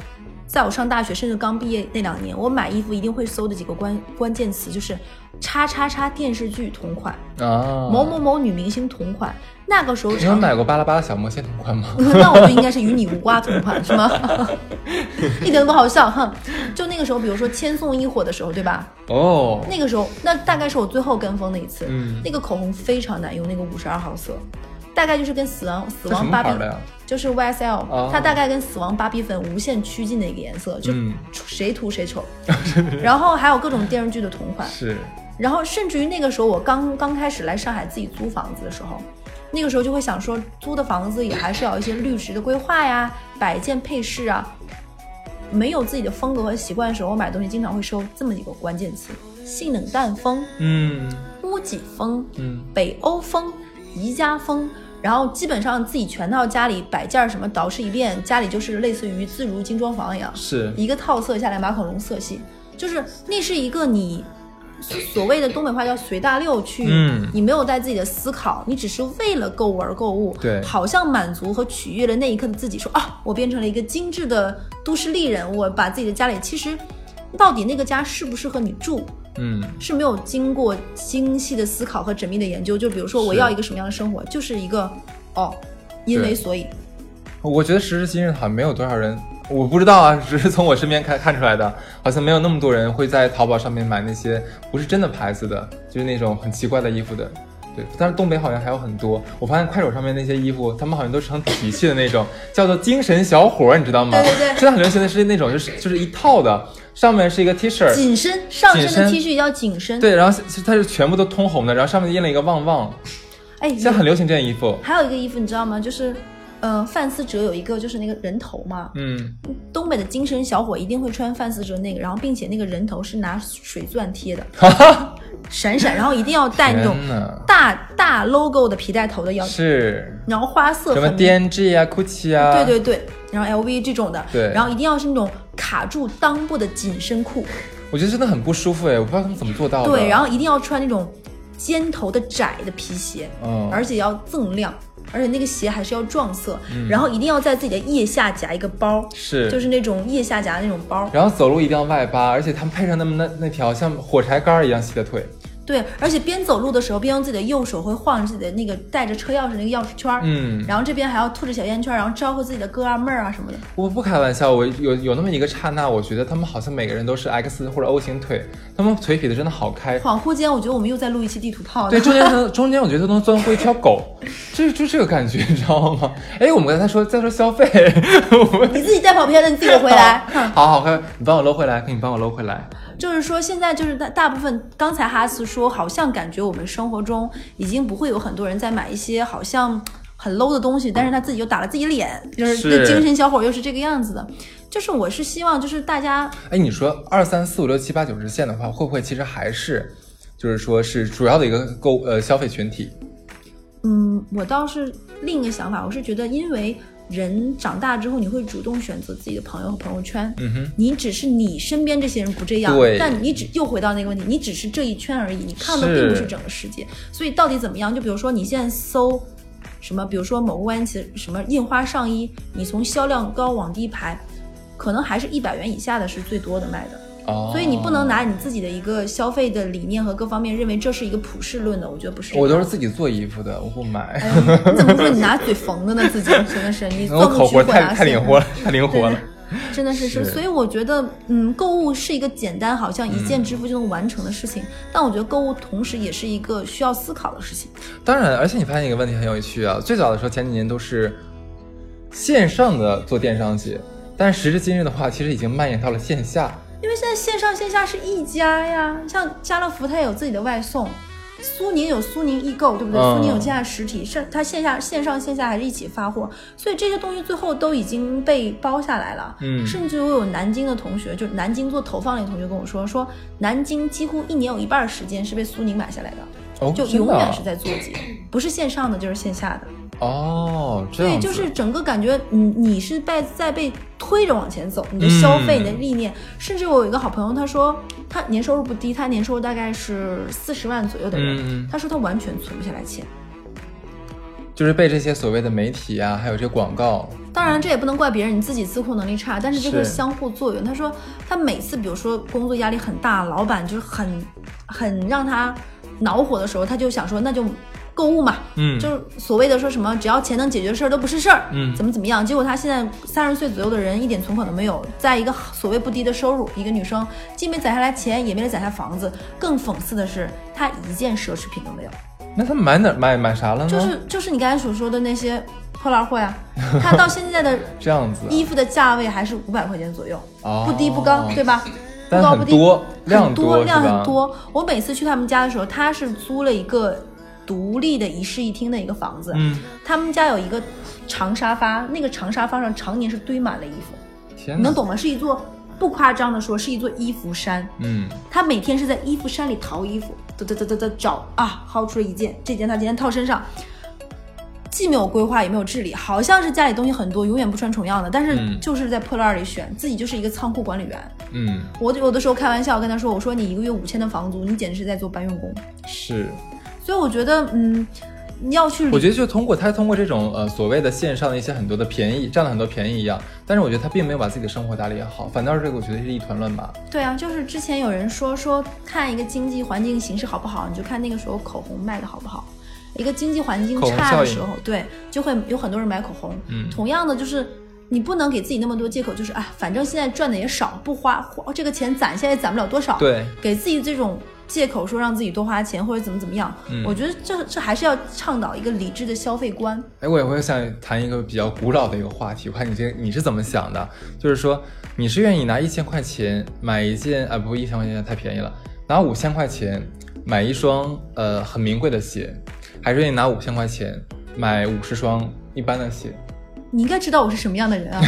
在我上大学甚至刚毕业那两年，我买衣服一定会搜的几个关关键词就是叉叉叉电视剧同款啊， 某某某女明星同款。那个时候你有买过巴拉巴拉小魔仙同款吗？ 那我就应该是与你无瓜同款是吗？一点都不好笑哈。就那个时候比如说千颂伊火的时候对吧？ 哦， 那个时候那大概是我最后跟风的一次、 嗯、 那个口红非常难用，那个五十二号色大概就是跟死亡死亡芭比就是 Y S L、哦、它大概跟死亡芭比粉无限趋近的一个颜色，就谁涂谁丑、嗯、然后还有各种电视剧的同款是， 然后甚至于那个时候我刚刚开始来上海自己租房子的时候，那个时候就会想说租的房子也还是要一些绿植的规划呀，摆件配饰啊，没有自己的风格和习惯的时候，我买东西经常会收这么几个关键词：性冷淡风， 嗯， 屋脊风， 嗯， 北欧风，宜家风，然后基本上自己全套家里摆件什么捯饬一遍，家里就是类似于自如精装房一样， 是一个套色下来马可龙色系，就是那是一个你所谓的东北话叫随大溜去、嗯、你没有带自己的思考，你只是为了购物而购物， 对， 好像满足和取悦了那一刻的自己，说啊，我变成了一个精致的都市丽人，我把自己的家里，其实到底那个家适不适合你住， 嗯， 是没有经过精细的思考和缜密的研究，就比如说我要一个什么样的生活，就是一个哦，因为所以， 我觉得时至今日好像没有多少人，我不知道啊，只是从我身边看看出来的，好像没有那么多人会在淘宝上面买那些不是真的牌子的，就是那种很奇怪的衣服的。对，但是东北好像还有很多，我发现快手上面那些衣服，他们好像都是很体系的那种，叫做精神小伙，你知道吗？ 对对对， 现在很流行的是那种，就是就是一套的，上面是一个 T 恤， 紧身，上身的 T 恤叫紧身， 对，然后它是全部都通红的，然后上面印了一个旺旺， 哎， 现在很流行这件衣服。 还有一个衣服你知道吗？就是呃，范思哲有一个就是那个人头嘛， 嗯， 东北的精神小伙一定会穿范思哲那个，然后并且那个人头是拿水钻贴的，闪闪，然后一定要戴那种大大 logo 的皮带头的腰， 是， 然后花色什么 D N G 啊 Gucci 啊， 对对对，然后 L V 这种的， 对， 然后一定要是那种卡住裆部的紧身裤， 我觉得真的很不舒服哎，我不知道他们怎么做到的。 对，然后一定要穿那种尖头的窄的皮鞋， 嗯， 而且要锃亮。而且那个鞋还是要撞色、 嗯、 然后一定要在自己的腋下夹一个包， 是， 就是那种腋下夹的那种包， 然后走路一定要外八，而且他们配上那么那那条像火柴杆一样细的腿， 对，而且边走路的时候边用自己的右手会晃着自己的那个带着车钥匙那个钥匙圈， 嗯， 然后这边还要吐着小烟圈，然后招呼自己的哥啊妹儿啊什么的。 我不开玩笑，我有有那么一个刹那，我觉得他们好像每个人都是 X 或者 O 型腿，他们腿劈的真的好开。 恍惚间，我觉得我们又在录一期地图炮。 对，中间中间我觉得都能钻过一条狗，这就这个感觉，你知道吗？哎，我们刚才说在说消费， 你自己带跑偏了，你自己回来。 好好快，你帮我搂回来，你帮我搂回来。 就是说现在就是大大部分，刚才哈斯说好像感觉我们生活中已经不会有很多人在买一些好像很 low 的东西，但是他自己又打了自己脸，就是对精神小伙又是这个样子的。就是我是希望就是大家， 哎，你说二三四五六七八九十线的话，会不会其实还是就是说是主要的一个购呃消费群体？ 嗯，我倒是另一个想法，我是觉得因为人长大之后你会主动选择自己的朋友和朋友圈， 嗯哼， 你只是你身边这些人不这样， 对， 但你只又回到那个问题，你只是这一圈而已，你看的并不是整个世界。所以到底怎么样？就比如说你现在搜什么，比如说某个关键词什么印花上衣，你从销量高往低排，可能还是一百元以下的是最多的卖的。 哦， 所以你不能拿你自己的一个消费的理念和各方面认为这是一个普世论的，我觉得不是。 我都是自己做衣服的，我不买。 哎、你怎么说你拿嘴缝的呢？自己真的是你做口活太太灵活了，太灵活了。 真的是是，所以我觉得，嗯，购物是一个简单，好像一键支付就能完成的事情。嗯、但我觉得购物同时也是一个需要思考的事情。 当然，而且你发现一个问题很有趣啊，最早的时候前几年都是线上的做电商节，但是时至今日的话，其实已经蔓延到了线下。 因为现在线上线下是一家呀，像家乐福它也有自己的外送，苏宁有苏宁易购，对不对？嗯、苏宁有线下实体，是它线下线上线下还是一起发货，所以这些东西最后都已经被包下来了。 嗯， 甚至我有南京的同学，就南京做投放类的同学跟我说，说南京几乎一年有一半时间是被苏宁买下来的， 哦、 就永远是在做节，不是线上的就是线下的。 哦，这样子。 对，就是整个感觉你你是在在被推着往前走，你的消费、嗯、你的理念。甚至我有一个好朋友，他说他年收入不低，他年收入大概是四十万左右的人、 嗯、 他说他完全存不下来钱， 就是被这些所谓的媒体啊还有这些广告当然这也不能怪别人，你自己自控能力差，但是这个相互作用。他说他每次比如说工作压力很大，老板就是很很让他恼火的时候，他就想说那就购物嘛， 嗯， 就是所谓的说什么只要钱能解决的事儿都不是事儿， 嗯， 怎么怎么样。结果他现在三十岁左右的人一点存款都没有，在一个所谓不低的收入，一个女生既没攒下来钱，也没攒下房子，更讽刺的是她一件奢侈品都没有。 那他买哪买买啥了呢？ 就是就是你刚才所说的那些破烂货呀，他到现在的这样子衣服的价位还是五百块钱左右， 哦， 不低不高，对吧？ 但很多量多量很多。我每次去他们家的时候，他是租了一个独立的一室一厅的一个房子， 嗯， 他们家有一个长沙发，那个长沙发上常年是堆满了衣服， 天哪， 你能懂吗？是一座不夸张的说，是一座衣服山。 嗯， 他每天是在衣服山里淘衣服，嘚嘚嘚嘚嘚找啊，薅出了一件，这件他今天套身上。既没有规划也没有治理，好像是家里东西很多，永远不穿重样的，但是就是在破烂里选，嗯、自己就是一个仓库管理员。 嗯， 我有的时候开玩笑跟他说，我说你一个月五千的房租，你简直是在做搬运工。 是， 所以我觉得，嗯，你要去， 我觉得就通过他通过这种呃所谓的线上的一些很多的便宜，占了很多便宜一样，但是我觉得他并没有把自己的生活打理好，反倒是这个我觉得是一团乱麻。 对啊，就是之前有人说说看一个经济环境形势好不好，你就看那个时候口红卖的好不好。一个经济环境差的时候，对，就会有很多人买口红。嗯，同样的就是你不能给自己那么多借口，就是啊，反正现在赚的也少，不花花这个钱攒下也攒不了多少。 对， 给自己这种借口说让自己多花钱或者怎么怎么样，嗯、我觉得这这还是要倡导一个理智的消费观。 哎，我也会想谈一个比较古老的一个话题，我看你这你是怎么想的？就是说你是愿意拿一千块钱买一件啊，不，一千块钱太便宜了，拿五千块钱买一双呃很名贵的鞋。还是愿意拿五千块钱买五十双一般的鞋？ 你应该知道我是什么样的人啊！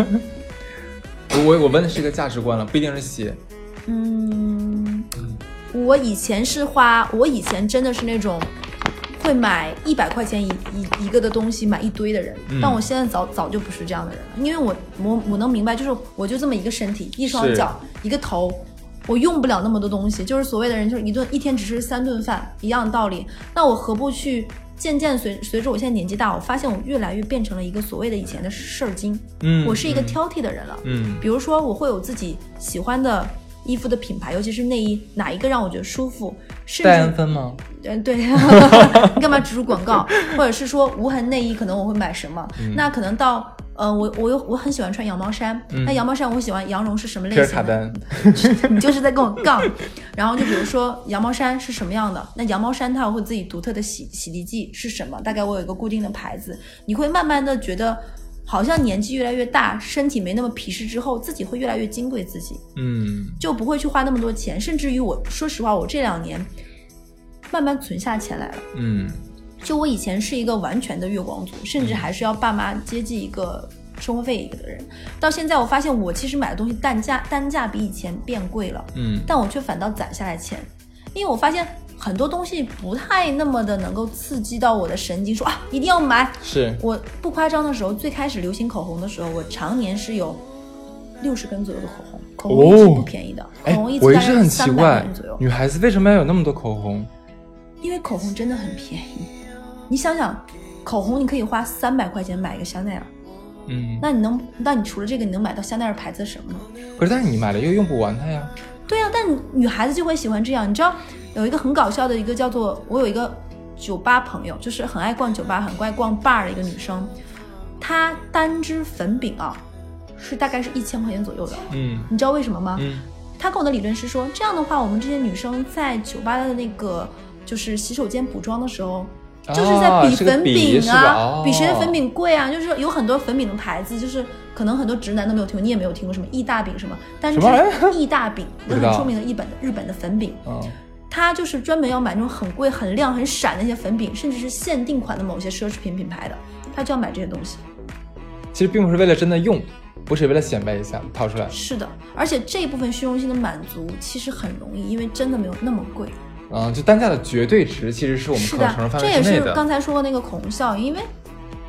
我我问的是一个价值观了，不一定是鞋。 嗯，我以前是花，我以前真的是那种会买一百块钱一一一个的东西买一堆的人，嗯、但我现在早早就不是这样的人了，因为我我我能明白，就是我就这么一个身体，一双脚，一个头。我用不了那么多东西，就是所谓的人就是一顿一天只吃三顿饭一样的道理。那我何不去渐渐随随着我现在年纪大，我发现我越来越变成了一个所谓的以前的事儿精。嗯，我是一个挑剔的人了。嗯，比如说我会有自己喜欢的衣服的品牌，尤其是内衣，哪一个让我觉得舒服，甚至戴安芬吗？ 嗯，对，你干嘛植入广告？或者是说无痕内衣，可能我会买什么？嗯、那可能到。呃，我我又我很喜欢穿羊毛衫，嗯、那羊毛衫我喜欢羊绒是什么类型的？ 皮尔卡丹， 你就是在跟我杠。然后就比如说羊毛衫是什么样的？那羊毛衫它有会自己独特的洗洗涤剂是什么？大概我有一个固定的牌子，你会慢慢的觉得，好像年纪越来越大，身体没那么皮实之后，自己会越来越金贵自己，嗯，就不会去花那么多钱，甚至于我说实话，我这两年慢慢存下钱来了，嗯。就我以前是一个完全的月光族，甚至还是要爸妈接济一个生活费一个的人，到现在我发现我其实买的东西单价单价比以前变贵了，嗯，但我却反倒攒下来钱，因为我发现很多东西不太那么的能够刺激到我的神经，说啊一定要买。 是我不夸张的时候，最开始流行口红的时候，我常年是有六十根左右的口红，口红一支不便宜的，哦、口红一支大概是三百根左右。 女孩子为什么要有那么多口红？ 因为口红真的很便宜。你想想，口红你可以花三百块钱买一个香奈儿，嗯，那你能，那你除了这个，你能买到香奈儿牌子什么呢？ 可是，但是你买了又用不完它呀。 对啊，但女孩子就会喜欢这样。你知道有一个很搞笑的一个叫做，我有一个酒吧朋友，就是很爱逛酒吧、很爱逛 bar 的一个女生，她单支粉饼啊，是大概是一千块钱左右的。嗯，你知道为什么吗？嗯，她跟我的理论是说，这样的话，我们这些女生在酒吧的那个就是洗手间补妆的时候。就是在比粉饼啊， 哦、 比谁的粉饼贵啊，就是有很多粉饼的牌子，就是可能很多直男都没有听过，你也没有听过什么益大饼什么，但是益大饼一个很出名的日本的日本的粉饼，它就是专门要买那种很贵、很亮、很闪的那些粉饼，甚至是限定款的某些奢侈品品牌的，他就要买这些东西。 其实并不是为了真的用，不是为了显摆一下掏出来。 是的，而且这一部分虚荣心的满足其实很容易，因为真的没有那么贵。 嗯，就单价的绝对值其实是我们可承受范围之内的。 这也是刚才说过那个口红效应，因为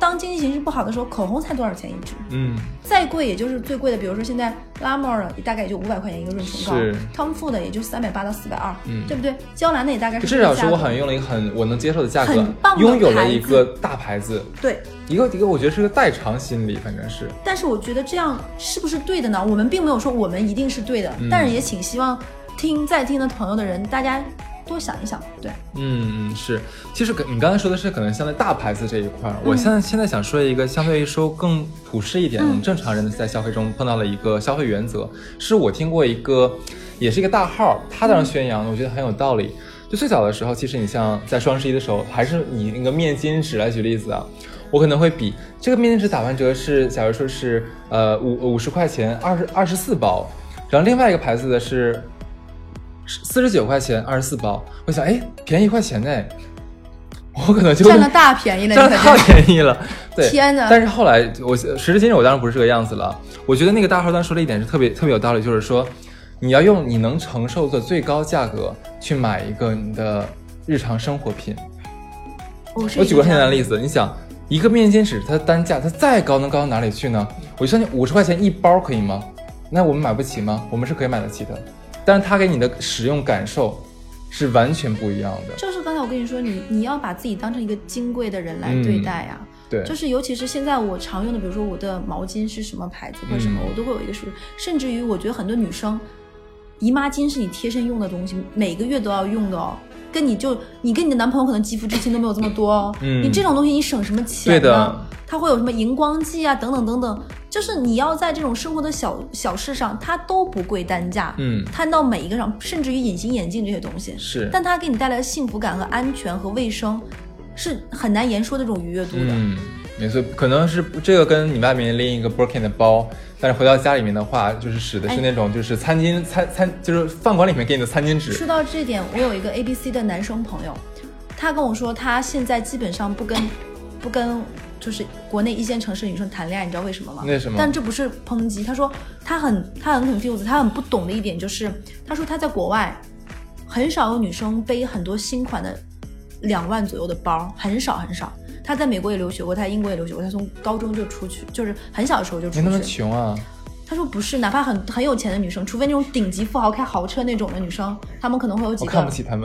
当经济形势不好的时候，口红才多少钱一支？ 嗯， 再贵也就是最贵的，比如说现在拉莫尔大概也就五百块钱一个润唇膏，Tom Ford 也就三百八到四百二，嗯，对不对？娇兰的也大概是至少是我好像用了一个很我能接受的价格， 很棒的拥有了一个大牌子， 对， 一个一个我觉得是个代偿心理，反正是。 但是我觉得这样是不是对的呢？我们并没有说我们一定是对的，嗯、但是也请希望听在听的朋友的人，大家多想一想，对， 嗯嗯是。其实你刚才说的是可能相对大牌子这一块，嗯、我现在现在想说一个相对于说更普世一点，嗯、我们正常人在消费中碰到了一个消费原则，是我听过一个，也是一个大号，他当时宣扬的，我觉得很有道理。就最早的时候，其实你像在双十一的时候，还是以那个面巾纸来举例子啊，我可能会比这个面巾纸打完折是，假如说是呃五五十块钱二十二十四包，然后另外一个牌子的是四十九块钱二十四包，我想哎便宜一块钱呢，我可能就占了大便宜了， 占了大便宜了，对， 天哪！ 但是后来我时至今日我当然不是这个样子了，我觉得那个大号当说了一点是特别特别有道理，就是说。你要用你能承受的最高价格去买一个你的日常生活品。 我举个很简单的例子，你想一个面巾纸，它的单价它再高能高到哪里去呢？我就算你五十块钱一包可以吗？那我们买不起吗？我们是可以买得起的，但是它给你的使用感受是完全不一样的。 就是刚才我跟你说，你你要把自己当成一个金贵的人来对待呀、啊。嗯对， 就是尤其是现在我常用的，比如说我的毛巾是什么牌子或者什么，嗯、我都会有一个数，甚至于我觉得很多女生。姨妈巾是你贴身用的东西，每个月都要用的哦。跟你就你跟你的男朋友可能肌肤之亲都没有这么多哦。嗯，你这种东西你省什么钱呢？ 对的， 它会有什么荧光剂啊，等等等等。就是你要在这种生活的小小事上，它都不贵单价。嗯，摊到每一个上，甚至于隐形眼镜这些东西是， 但它给你带来的幸福感和安全和卫生，是很难言说的这种愉悦度的。 嗯，没错，可能是这个跟你外面拎一个 Birkin 的包。但是回到家里面的话，就是使的是那种就是餐巾餐餐就是饭馆里面给你的餐巾纸。 说到这点，我有一个 A B C 的男生朋友，他跟我说他现在基本上不跟不跟就是国内一线城市女生谈恋爱，你知道为什么吗？ 为什么？ 但这不是抨击，他说他很他很 confused， 他很不懂的一点就是，他说他在国外很少有女生背很多新款的两万左右的包，很少很少。他在美国也留学过，他在英国也留学过，他从高中就出去，就是很小的时候就出去。 没那么穷啊？ 他说不是，哪怕很很有钱的女生，除非那种顶级富豪开豪车那种的女生，她们可能会有几个。 我看不起他们。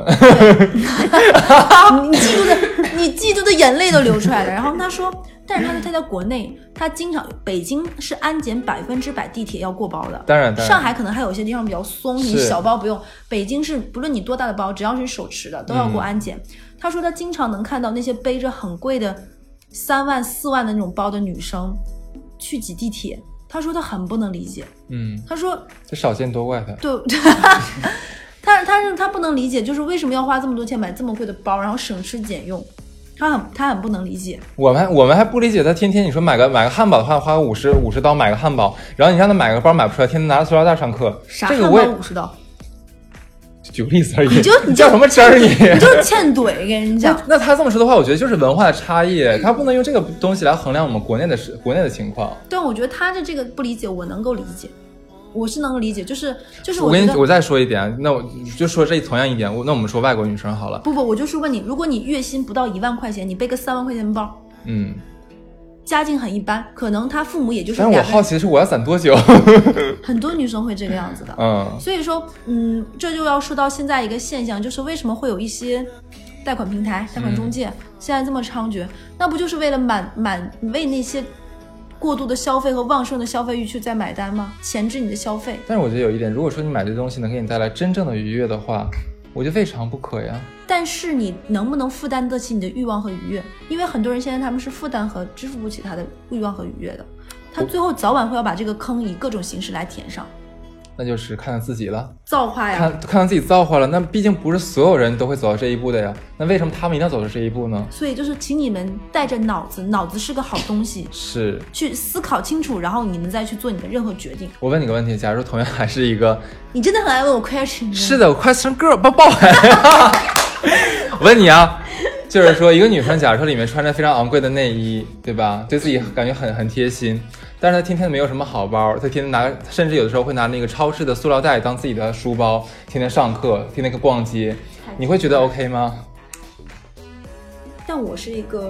你嫉妒的，你嫉妒的眼泪都流出来了。然后他说，但是他他在国内，他经常北京是安检百分之百地铁要过包的。 当然，当然。 上海可能还有些地方比较松，你小包不用。北京是不论你多大的包，只要是手持的，都要过安检。嗯，他说他经常能看到那些背着很贵的三万四万的那种包的女生去挤地铁，他说他很不能理解。嗯，他说这少见多怪他。 对，他他是他不能理解，就是为什么要花这么多钱买这么贵的包，然后省吃俭用，他很他很不能理解。 我们我们还不理解他天天你说买个买个汉堡的话，花个五十五十刀买个汉堡，然后你让他买个包买不出来，天天拿着塑料袋上课， 啥汉堡五十刀？ 举个例子而已， 你就你叫什么汁儿你？ 你就是欠怼，跟人讲。 那, 那他这么说的话，我觉得就是文化的差异，他不能用这个东西来衡量我们国内的国内的情况。 对，我觉得他的这个不理解，我能够理解，我是能够理解，就是就是我。我跟你我再说一点，那我就说这同样一点，那我们说外国女生好了。 不不，我就是问你，如果你月薪不到一万块钱，你背个三万块钱包，嗯。家境很一般，可能他父母也就是。 但是我好奇的是，我要攒多久？ 很多女生会这个样子的，嗯，所以说，嗯，这就要说到现在一个现象，就是为什么会有一些贷款平台、贷款中介、嗯、现在这么猖獗？那不就是为了满满为那些过度的消费和旺盛的消费欲去在买单吗？钳制你的消费。 但是我觉得有一点，如果说你买这东西能给你带来真正的愉悦的话，我觉得未尝不可呀。 但是你能不能负担得起你的欲望和愉悦？因为很多人现在他们是负担和支付不起他的欲望和愉悦的，他最后早晚会要把这个坑以各种形式来填上。 那就是看看自己了， 造化呀， 看看看自己造化了。那毕竟不是所有人都会走到这一步的呀。那为什么他们一定要走到这一步呢？ 所以就是请你们带着脑子，脑子是个好东西， 是去思考清楚，然后你们再去做你的任何决定。 我问你个问题，假如同样还是一个， 你真的很爱问我 question。 是的，我 question girl 抱抱。我问你啊，就是说一个女生，假如说里面穿着非常昂贵的内衣，对吧？对自己感觉很很贴心。但是他天天没有什么好包，他天天拿，甚至有的时候会拿那个超市的塑料袋当自己的书包，天天上课，天天逛街，你会觉得 OK 吗？ 但我是一个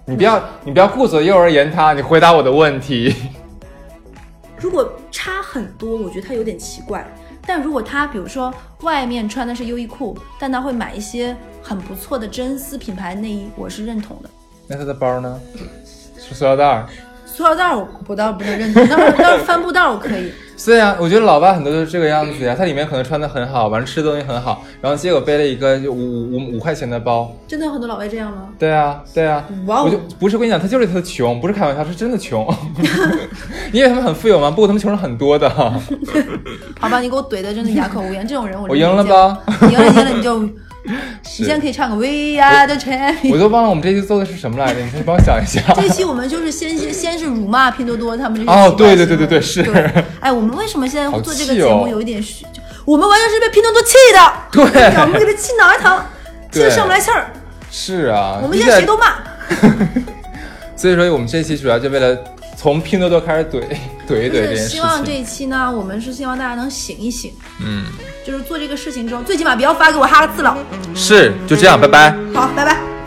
你不要你不要顾左右而言他，你回答我的问题。 如果差很多，我觉得他有点奇怪。但如果他比如说外面穿的是优衣库，但他会买一些很不错的真丝品牌内衣，我是认同的。 那他的包呢？是塑料袋？ 塑料袋我我倒不能认同，但是但是帆布袋我可以。 对啊，我觉得老外很多都是这个样子呀，他里面可能穿的很好，完了吃的东西很好，然后结果背了一个就五五五块钱的包。 真的有很多老外这样吗？ 对啊，对啊， 哇、wow ！ 我就不是跟你讲，他就是他的穷，不是开玩笑，是真的穷。因为他们很富有嘛，不过他们穷人很多的。 好吧，你给我怼的真的哑口无言，这种人我我赢了吧？ 赢了赢了你就。你现在可以唱个 We Are the Champions。 我都忘了我们这期做的是什么来着，你可以帮我想一下。 这期我们就是先先先是辱骂拼多多他们这些哦，对对对对对，是。 哎，我们为什么现在做这个节目有一点虚？哦、我们完全是被拼多多气的。 对， 我们给他气脑袋疼，气得上不来气儿。 是啊， 我们现在谁都骂。 所以说，我们这期主要就为了从拼多多开始怼怼一怼这件事情。 希望这一期呢，我们是希望大家能醒一醒。 嗯。 就是做这个事情中，最起码不要发给我哈个次了。 是，就这样，拜拜。 好，拜拜。